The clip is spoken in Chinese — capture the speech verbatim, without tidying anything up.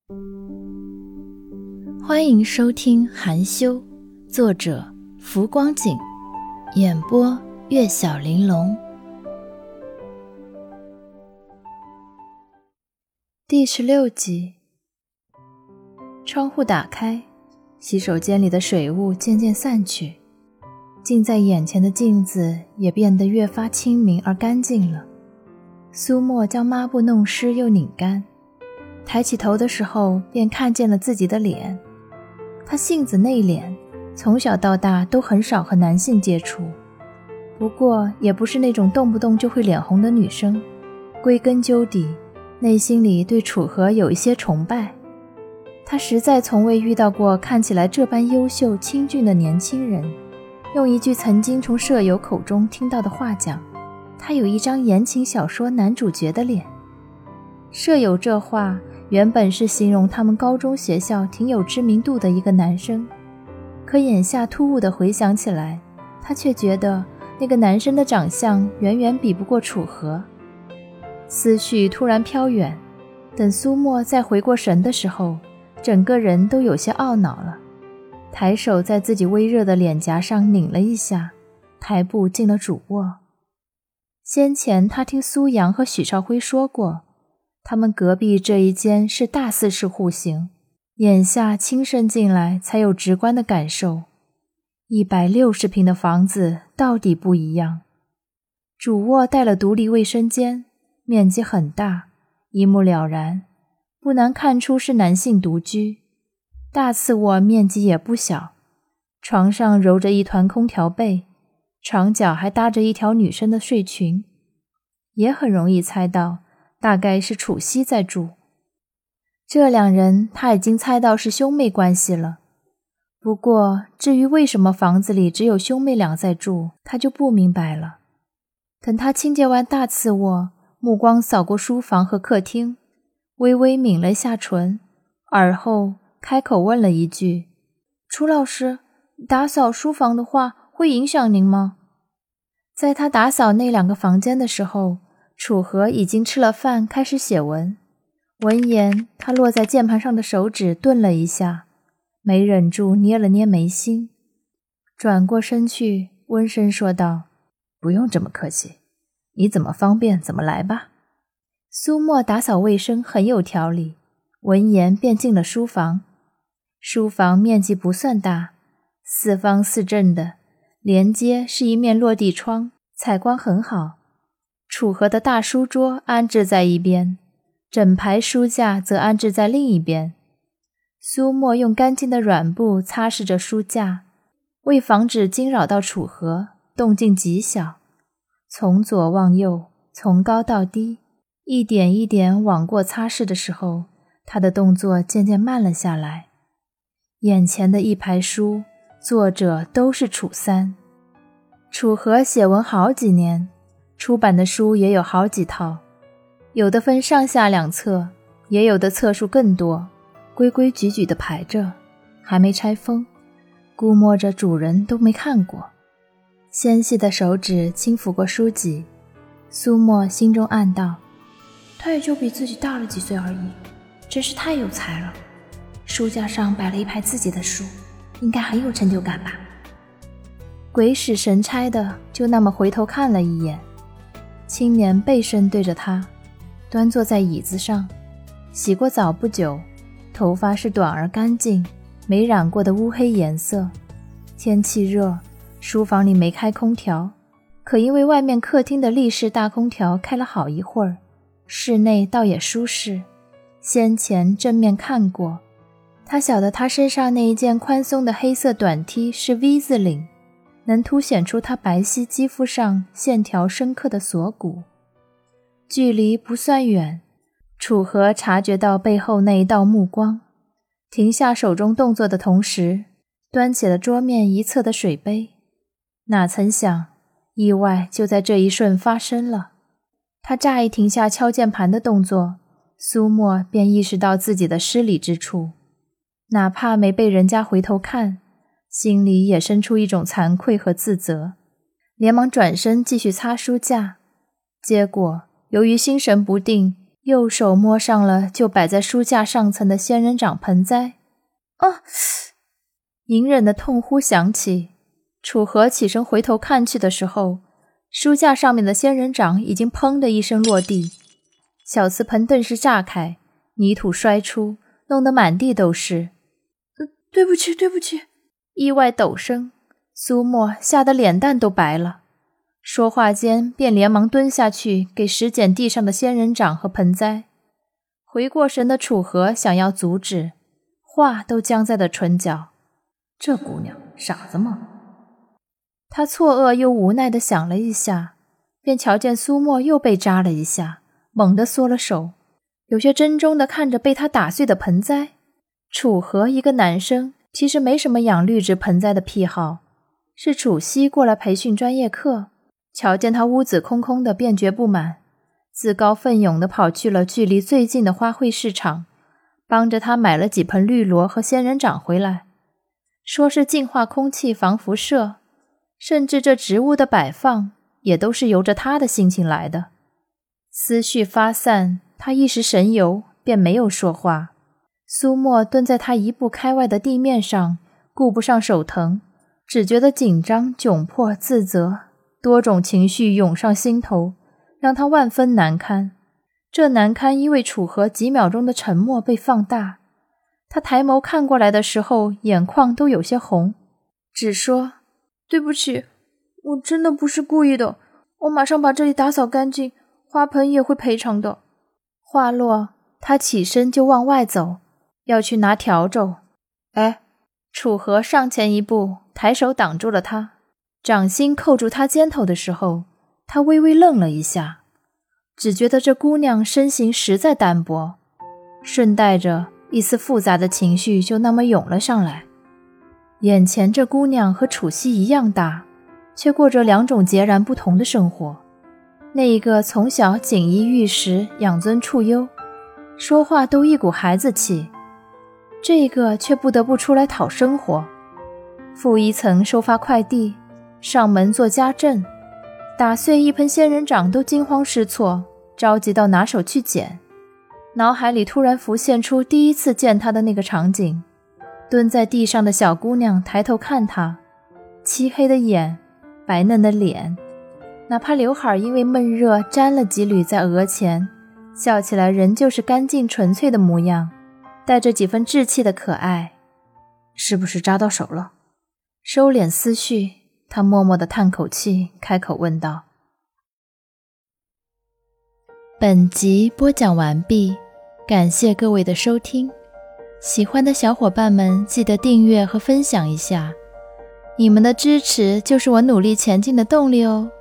欢迎收听含羞，作者浮光景，演播月小玲珑。第十六集。窗户打开，洗手间里的水雾渐渐散去，近在眼前的镜子也变得越发清明而干净了。苏沫将抹布弄湿又拧干，抬起头的时候便看见了自己的脸。她性子内敛，从小到大都很少和男性接触，不过也不是那种动不动就会脸红的女生。归根究底，内心里对楚河有一些崇拜。她实在从未遇到过看起来这般优秀清俊的年轻人。用一句曾经从舍友口中听到的话讲，他有一张言情小说男主角的脸。舍友这话原本是形容他们高中学校挺有知名度的一个男生，可眼下突兀地回想起来，他却觉得那个男生的长相远远比不过楚河。思绪突然飘远，等苏沫再回过神的时候，整个人都有些懊恼了。抬手在自己微热的脸颊上拧了一下，抬步进了主卧。先前他听苏阳和许少辉说过，他们隔壁这一间是大四式户型，眼下亲身进来才有直观的感受。一百六十平的房子到底不一样。主卧带了独立卫生间，面积很大，一目了然，不难看出是男性独居。大次卧面积也不小，床上揉着一团空调被，床角还搭着一条女生的睡裙，也很容易猜到大概是楚曦在住。这两人他已经猜到是兄妹关系了，不过至于为什么房子里只有兄妹俩在住，他就不明白了。等他清洁完大次卧，目光扫过书房和客厅，微微抿了一下唇，而后开口问了一句：楚老师，打扫书房的话会影响您吗？在他打扫那两个房间的时候，楚河已经吃了饭开始写文。闻言，他落在键盘上的手指顿了一下，没忍住捏了捏眉心，转过身去温声说道：不用这么客气，你怎么方便怎么来吧。苏沫打扫卫生很有条理，闻言便进了书房。书房面积不算大，四方四正的，连接是一面落地窗，采光很好。楚河的大书桌安置在一边，整排书架则安置在另一边。苏沫用干净的软布擦拭着书架，为防止惊扰到楚河，动静极小，从左往右，从高到低，一点一点往过擦拭的时候，他的动作渐渐慢了下来。眼前的一排书，作者都是楚三。楚河写文好几年，出版的书也有好几套，有的分上下两册，也有的册数更多，规规矩矩地排着，还没拆封，估摸着主人都没看过。纤细的手指轻抚过书籍，苏沫心中暗道：他也就比自己大了几岁而已，真是太有才了。书架上摆了一排自己的书，应该很有成就感吧。鬼使神差的就那么回头看了一眼，青年背身对着他，端坐在椅子上，洗过澡不久，头发是短而干净，没染过的乌黑颜色。天气热，书房里没开空调，可因为外面客厅的立式大空调开了好一会儿，室内倒也舒适。先前正面看过，他晓得他身上那一件宽松的黑色短 T 是 V 字领，能凸显出他白皙肌肤上线条深刻的锁骨。距离不算远，楚河察觉到背后那一道目光，停下手中动作的同时，端起了桌面一侧的水杯。哪曾想，意外就在这一瞬发生了。他乍一停下敲键盘的动作，苏沫便意识到自己的失礼之处。哪怕没被人家回头看，心里也生出一种惭愧和自责，连忙转身继续擦书架。结果由于心神不定， 右手摸上了就摆在书架上层的仙人掌盆栽。啊！隐忍的痛呼响起，楚河起身回头看去的时候，书架上面的仙人掌已经砰的一声落地，小瓷盆顿时炸开，泥土摔出，弄得满地都是。呃，对不起，对不起。意外陡声，苏沫吓得脸蛋都白了，说话间便连忙蹲下去给拾捡地上的仙人掌和盆栽。回过神的楚河想要阻止，话都僵在了唇角。这姑娘傻子吗？他错愕又无奈地想了一下，便瞧见苏沫又被扎了一下，猛地缩了手，有些怔怔地看着被他打碎的盆栽。楚河一个男生其实没什么养绿植盆栽的癖好，是楚西过来培训专业课，瞧见他屋子空空的便觉不满，自告奋勇地跑去了距离最近的花卉市场，帮着他买了几盆绿萝和仙人掌回来，说是净化空气防辐射，甚至这植物的摆放也都是由着他的心情来的。思绪发散，他一时神游，便没有说话。苏沫蹲在他一步开外的地面上，顾不上手疼，只觉得紧张、窘迫、自责，多种情绪涌上心头，让他万分难堪。这难堪因为楚河几秒钟的沉默被放大，他抬眸看过来的时候，眼眶都有些红，只说：对不起，我真的不是故意的，我马上把这里打扫干净，花盆也会赔偿的。话落，他起身就往外走，要去拿笤帚。哎，楚河上前一步，抬手挡住了他，掌心扣住他肩头的时候，他微微愣了一下，只觉得这姑娘身形实在单薄，顺带着一丝复杂的情绪就那么涌了上来。眼前这姑娘和楚西一样大，却过着两种截然不同的生活。那一个从小锦衣玉食，养尊处优，说话都一股孩子气，这个却不得不出来讨生活，负一层收发快递，上门做家政，打碎一盆仙人掌都惊慌失措，着急到拿手去捡。脑海里突然浮现出第一次见她的那个场景，蹲在地上的小姑娘抬头看他，漆黑的眼，白嫩的脸，哪怕刘海因为闷热沾了几缕在额前，笑起来仍旧是干净纯粹的模样，带着几分稚气的可爱。是不是扎到手了？收敛思绪，他默默地叹口气，开口问道。本集播讲完毕，感谢各位的收听。喜欢的小伙伴们记得订阅和分享一下，你们的支持就是我努力前进的动力哦。